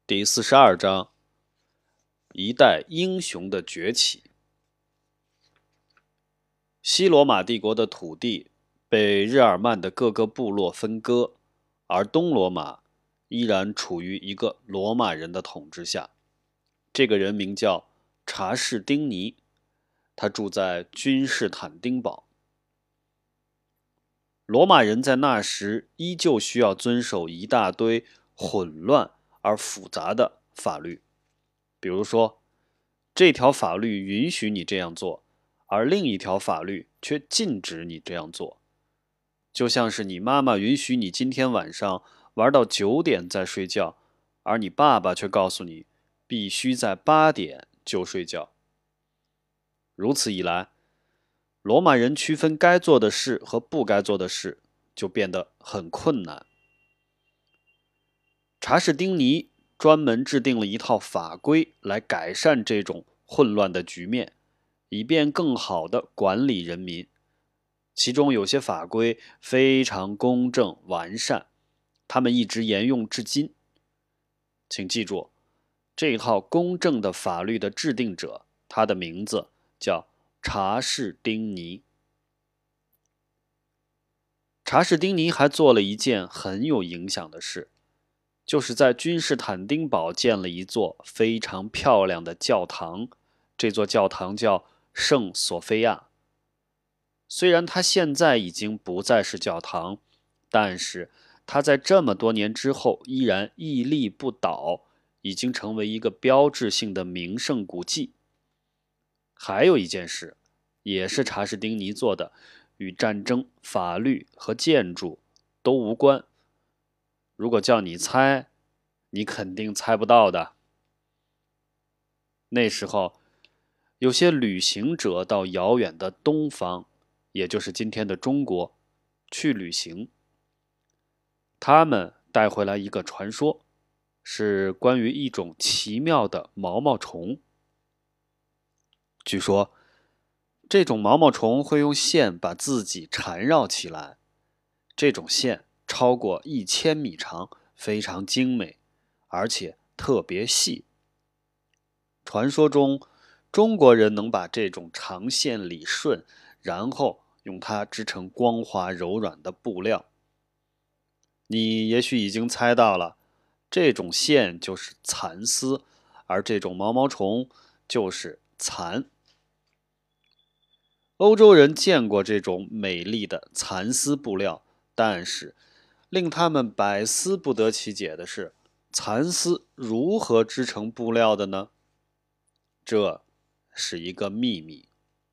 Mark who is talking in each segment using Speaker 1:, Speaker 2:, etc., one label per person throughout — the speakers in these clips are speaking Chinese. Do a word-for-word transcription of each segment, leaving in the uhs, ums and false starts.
Speaker 1: 第四十二章：一代英雄的崛起。西罗马帝国的土地被日耳曼的各个部落分割，而东罗马依然处于一个罗马人的统治下。这个人名叫查士丁尼，他住在君士坦丁堡。罗马人在那时依旧需要遵守一大堆混乱而复杂的法律，比如说，这条法律允许你这样做，而另一条法律却禁止你这样做。就像是你妈妈允许你今天晚上玩到九点再睡觉，而你爸爸却告诉你必须在八点就睡觉。如此一来，罗马人区分该做的事和不该做的事就变得很困难。查士丁尼专门制定了一套法规来改善这种混乱的局面，以便更好地管理人民。其中有些法规非常公正完善，他们一直沿用至今。请记住，这套公正的法律的制定者，他的名字叫查士丁尼。查士丁尼还做了一件很有影响的事，就是在君士坦丁堡建了一座非常漂亮的教堂，这座教堂叫圣索菲亚。虽然它现在已经不再是教堂，但是它在这么多年之后依然屹立不倒，已经成为一个标志性的名胜古迹。还有一件事，也是查士丁尼做的，与战争、法律和建筑都无关。如果叫你猜，你肯定猜不到的。那时候，有些旅行者到遥远的东方，也就是今天的中国，去旅行。他们带回来一个传说，是关于一种奇妙的毛毛虫。据说，这种毛毛虫会用线把自己缠绕起来，这种线超过一千米长，非常精美，而且特别细。传说中，中国人能把这种长线理顺，然后用它织成光滑柔软的布料。你也许已经猜到了，这种线就是蚕丝，而这种毛毛虫就是蚕。欧洲人见过这种美丽的蚕丝布料，但是令他们百思不得其解的是，蚕丝如何织成布料的呢？这是一个秘密。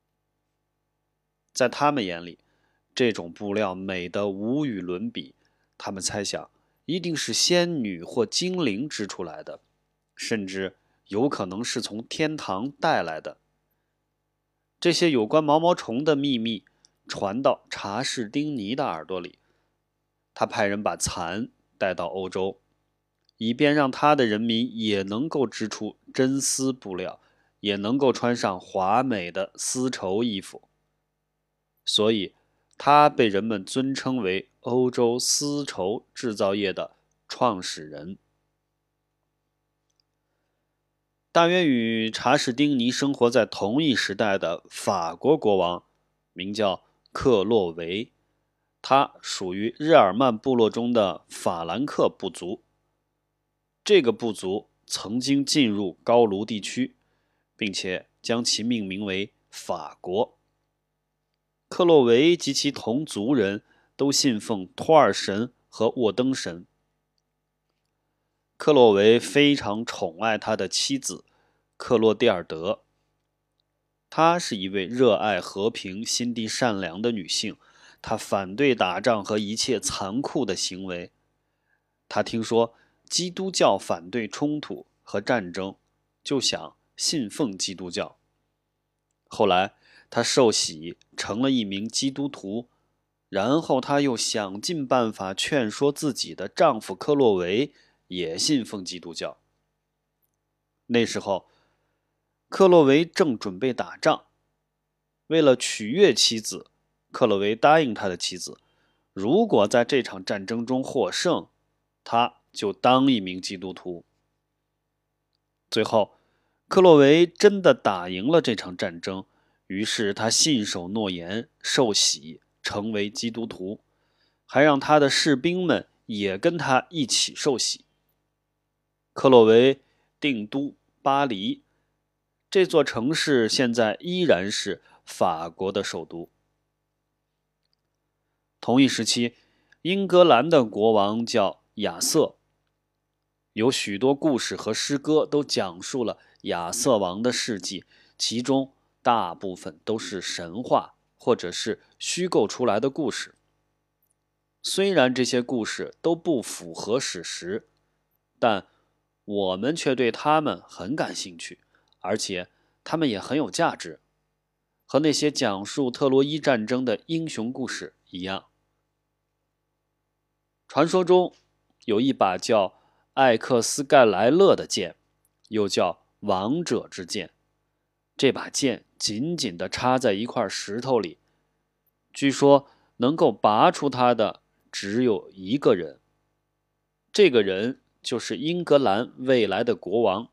Speaker 1: 在他们眼里，这种布料美得无与伦比，他们猜想一定是仙女或精灵织出来的，甚至有可能是从天堂带来的。这些有关毛毛虫的秘密传到查士丁尼的耳朵里，他派人把蚕带到欧洲，以便让他的人民也能够织出真丝布料，也能够穿上华美的丝绸衣服。所以他被人们尊称为欧洲丝绸制造业的创始人。大约与查士丁尼生活在同一时代的法国国王名叫克洛维，他属于日耳曼部落中的法兰克部族。这个部族曾经进入高卢地区，并且将其命名为法国。克洛维及其同族人都信奉托尔神和沃登神。克洛维非常宠爱他的妻子克洛蒂尔德，她是一位热爱和平、心地善良的女性，她反对打仗和一切残酷的行为。她听说基督教反对冲突和战争，就想信奉基督教。后来她受洗成了一名基督徒，然后她又想尽办法劝说自己的丈夫克洛维也信奉基督教。那时候克洛维正准备打仗，为了取悦妻子，克洛维答应他的妻子，如果在这场战争中获胜，他就当一名基督徒。 最后，克洛维真的打赢了这场战争，于是他信守诺言，受洗，成为基督徒，还让他的士兵们也跟他一起受洗。克洛维定都巴黎，这座城市现在依然是法国的首都。同一时期，英格兰的国王叫亚瑟，有许多故事和诗歌都讲述了亚瑟王的事迹，其中大部分都是神话或者是虚构出来的故事。虽然这些故事都不符合史实，但我们却对他们很感兴趣，而且他们也很有价值，和那些讲述特洛伊战争的英雄故事一样。传说中有一把叫艾克斯盖莱勒的剑，又叫王者之剑。这把剑紧紧地插在一块石头里，据说能够拔出它的只有一个人，这个人就是英格兰未来的国王。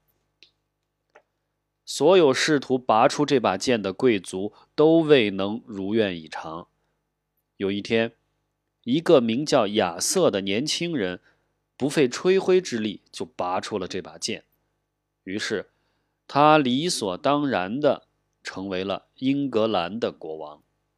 Speaker 1: 所有试图拔出这把剑的贵族都未能如愿以偿。有一天，一个名叫亚瑟的年轻人不费吹灰之力就拔出了这把剑，于是他理所当然地成为了英格兰的国王。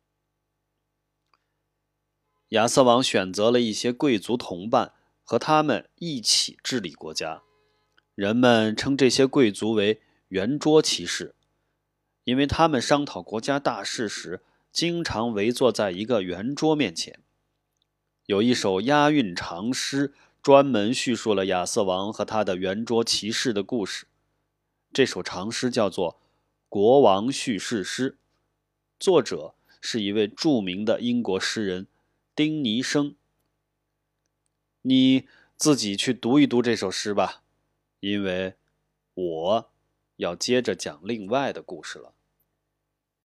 Speaker 1: 亚瑟王选择了一些贵族同伴，和他们一起治理国家。人们称这些贵族为圆桌骑士，因为他们商讨国家大事时，经常围坐在一个圆桌面前。有一首押韵长诗，专门叙述了亚瑟王和他的圆桌骑士的故事。这首长诗叫做《国王叙事诗》，作者是一位著名的英国诗人丁尼生。你自己去读一读这首诗吧，因为我要接着讲另外的故事了。